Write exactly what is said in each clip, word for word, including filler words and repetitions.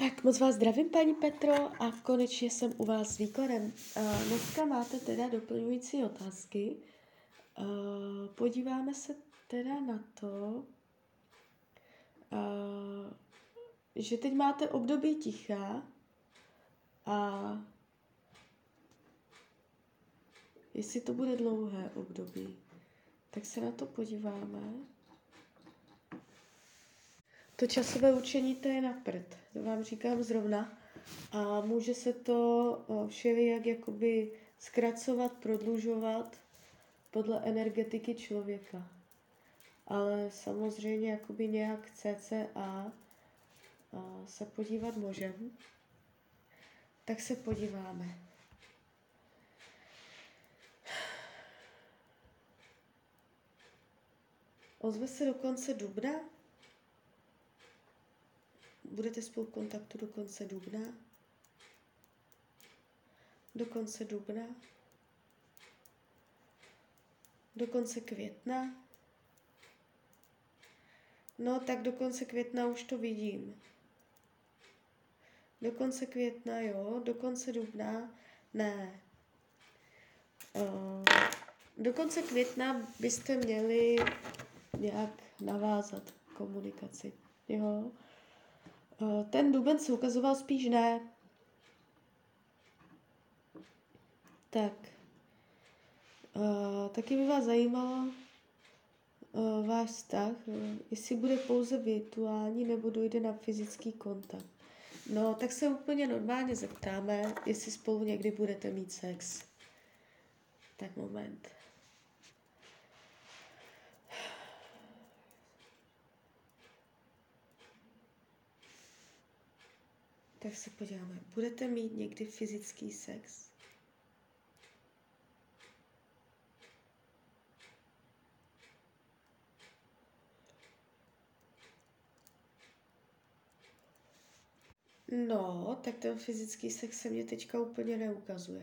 Tak moc vás zdravím, paní Petro, a konečně jsem u vás s výkladem. Uh, dneska máte teda doplňující otázky. Uh, podíváme se teda na to, uh, že teď máte období ticha a jestli to bude dlouhé období, tak se na to podíváme. To časové učení, to je na prd, to vám říkám zrovna. A může se to všelijak jakoby zkracovat, prodlužovat podle energetiky člověka. Ale samozřejmě jakoby nějak cca se podívat můžeme. Tak se podíváme. Ozve se do konce dubna? Budete spolu v kontaktu do konce dubna? Do konce dubna? Do konce května? No, tak do konce května už to vidím. Do konce května, jo, do konce dubna, ne. Uh, do konce května byste měli nějak navázat komunikaci, jo. Uh, ten duben se ukazoval spíš ne. Tak. Uh, taky by vás zajímalo uh, váš vztah, uh, jestli bude pouze virtuální nebo dojde na fyzický kontakt. No, tak se úplně normálně zeptáme, jestli spolu někdy budete mít sex. Tak moment. Tak se podíváme. Budete mít někdy fyzický sex? No, tak ten fyzický sex se mě teďka úplně neukazuje.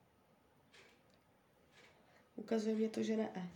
Ukazuje mě to, že ne.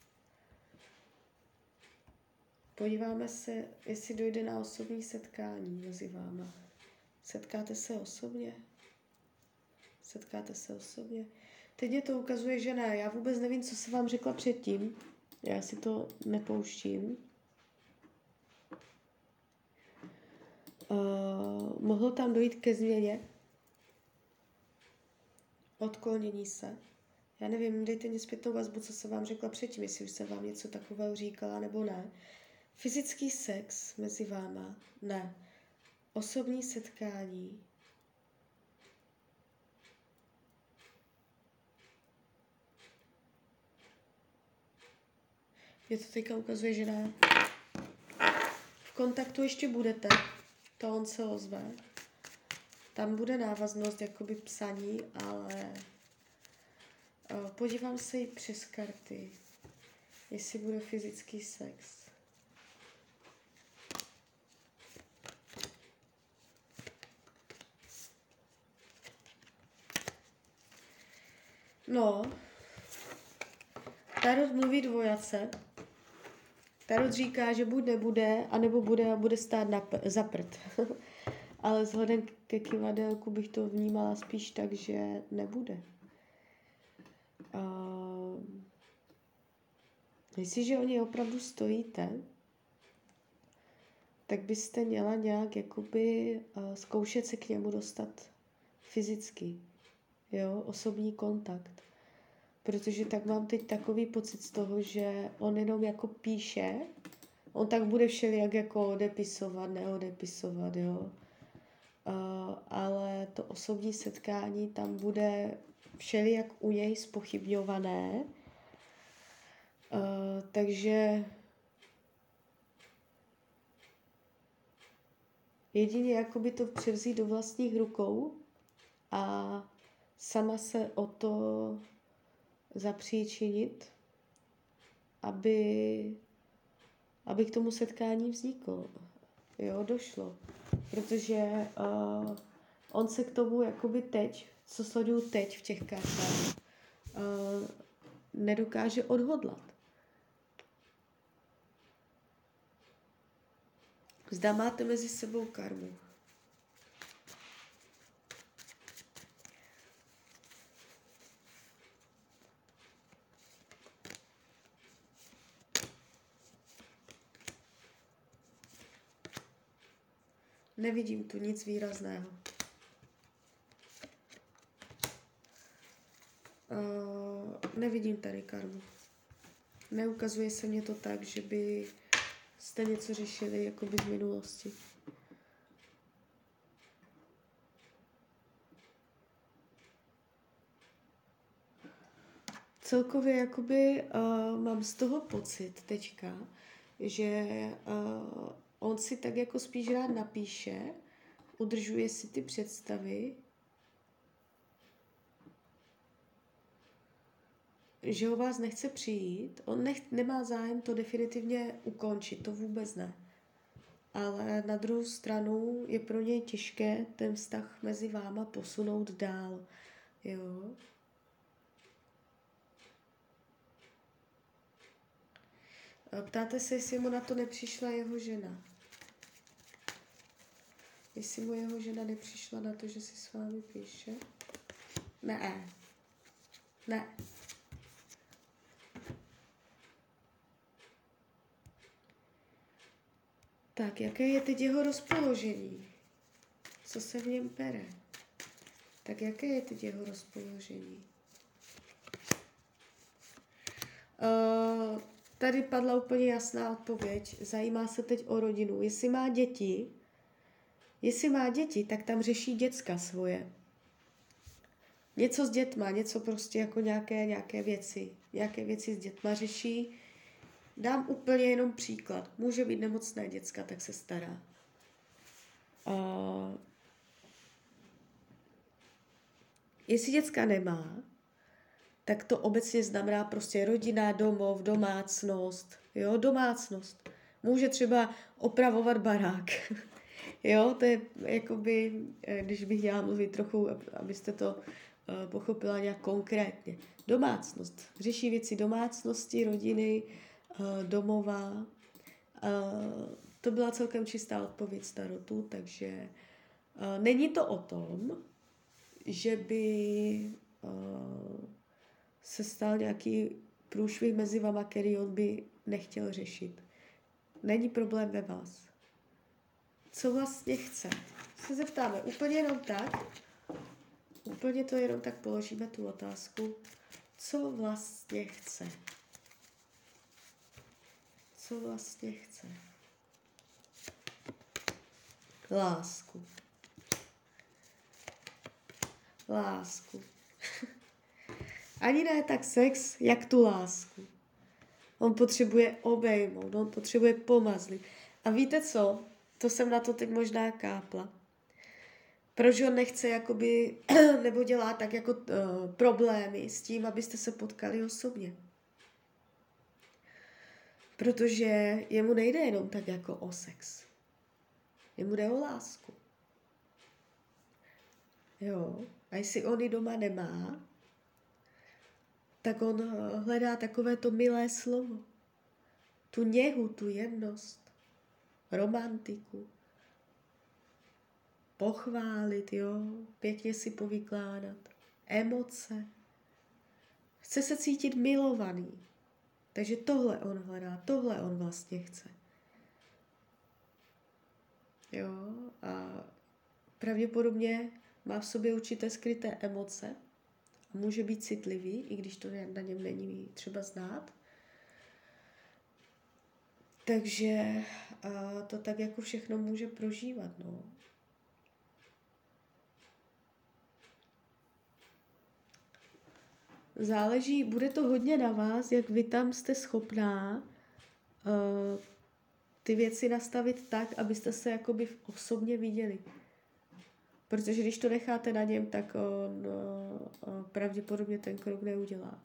Podíváme se, jestli dojde na osobní setkání mezi váma. Setkáte se osobně? Setkáte se osobně? Teď mě to ukazuje, že ne. Já vůbec nevím, co jsem vám řekla předtím. Já si to nepouštím. Uh, mohlo tam dojít ke změně? Odklonění se? Já nevím, dejte mě zpětnou vazbu, co jsem vám řekla předtím, jestli už jsem vám něco takového říkala, nebo ne. Fyzický sex mezi váma? Ne. Osobní setkání? Mě to teďka ukazuje, že ne. V kontaktu ještě budete, to on se ozve. Tam bude návaznost, jakoby psaní, ale uh, podívám se i přes karty, jestli bude fyzický sex. No, Tarot mluví dvojace. Tarot říká, že buď nebude, anebo bude a bude stát na p- za prd. Ale vzhledem ke kivadelku bych to vnímala spíš tak, že nebude. Uh, jestliže o něj opravdu stojíte, tak byste měla nějak jakoby uh, zkoušet se k němu dostat fyzicky. Jo, osobní kontakt. Protože tak mám teď takový pocit z toho, že on jenom jako píše, on tak bude všelijak jako odepisovat, neodepisovat, jo. Uh, ale to osobní setkání tam bude všelijak u něj zpochybňované. Uh, takže jedině jakoby to převzít do vlastních rukou a sama se o to zapříčinit, aby, aby k tomu setkání vzniklo, jo, došlo. Protože uh, on se k tomu jakoby teď, co sleduju teď v těch kartách, uh, nedokáže odhodlat. Zda máte mezi sebou karmu. Nevidím tu nic výrazného. Uh, nevidím tady karmu. Neukazuje se mně to tak, že by jste něco řešili jakoby z minulosti. Celkově jakoby uh, mám z toho pocit teďka, že uh, on si tak jako spíš rád napíše, udržuje si ty představy, že o vás nechce přijít, on nech, nemá zájem to definitivně ukončit, to vůbec ne. Ale na druhou stranu je pro něj těžké ten vztah mezi váma posunout dál, jo. Ptáte se, jestli mu na to nepřišla jeho žena. Jestli mu jeho žena nepřišla na to, že si s vámi píše? Ne. Ne. Tak, jaké je teď jeho rozpoložení? Co se v něm pere? Tak, jaké je teď jeho rozpoložení? Uh, tady padla úplně jasná odpověď. Zajímá se teď o rodinu. Jestli má děti, jestli má děti, tak tam řeší děcka svoje. Něco s dětma, něco prostě jako nějaké, nějaké věci. Nějaké věci s dětma řeší. Dám úplně jenom příklad. Může být nemocné děcka, tak se stará. Uh, jestli děcka nemá, tak to obecně znamená prostě rodina, domov, domácnost. Jo, domácnost. Může třeba opravovat barák. Jo, to je jakoby, když bych měla mluvit trochu, abyste to uh, pochopila nějak konkrétně. Domácnost. Řeší věci domácnosti, rodiny, uh, domova. Uh, to byla celkem čistá odpověď starotu, takže uh, není to o tom, že by uh, se stal nějaký průšvih mezi vama, který on by nechtěl řešit. Není problém ve vás. Co vlastně chce? Se zeptáme úplně jenom tak, úplně to jenom tak položíme tu otázku. Co vlastně chce? Co vlastně chce? Lásku. Lásku. Ani ne tak sex, jak tu lásku. On potřebuje obejmout, on potřebuje pomazlit. A víte co? To jsem na to teď možná kápla. Proč on nechce jakoby, nebo dělá tak jako uh, problémy s tím, abyste se potkali osobně. Protože jemu nejde jenom tak jako o sex. Jemu jde o lásku. Jo. A jestli on ji doma nemá, tak on hledá takové to milé slovo. Tu něhu, tu jemnost, romantiku. Pochválit, jo, pěkně si povykládat. Emoce. Chce se cítit milovaný. Takže tohle on hledá, tohle on vlastně chce. Jo, a pravděpodobně má v sobě určité skryté emoce. Může být citlivý, i když to na něm není třeba znát. Takže a to tak jako všechno může prožívat. No. Záleží, bude to hodně na vás, jak vy tam jste schopná uh, ty věci nastavit tak, abyste se jakoby osobně viděli. Protože když to necháte na něm, tak on uh, pravděpodobně ten krok neudělá.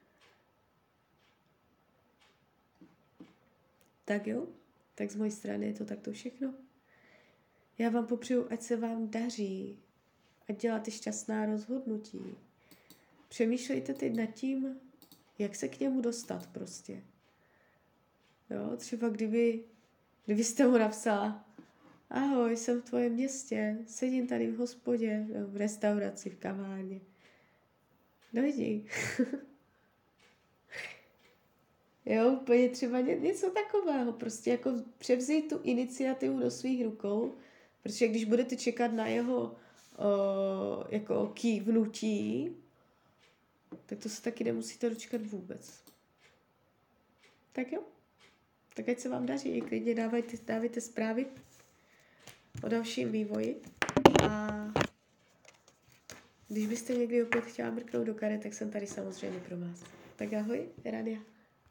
Tak jo, tak z mojí strany je to takto všechno. Já vám popřeju, ať se vám daří, ať děláte šťastná rozhodnutí. Přemýšlejte teď nad tím, jak se k němu dostat prostě. Jo, třeba kdyby, kdybyste mu napsala: ahoj, jsem v tvojem městě, sedím tady v hospodě, v restauraci, v kavárně. Dojdi. Jo, úplně třeba ně, něco takového, prostě jako převzít tu iniciativu do svých rukou, Protože když budete čekat na jeho uh, jako kývnutí, tak to se taky nemusíte dočkat vůbec. Tak jo. Tak ať se vám daří. Klidně dávajte, dávajte zprávy o dalším vývoji. A když byste někdy opět chtěla mrknout do karet, tak jsem tady samozřejmě pro vás. Tak ahoj, Radia.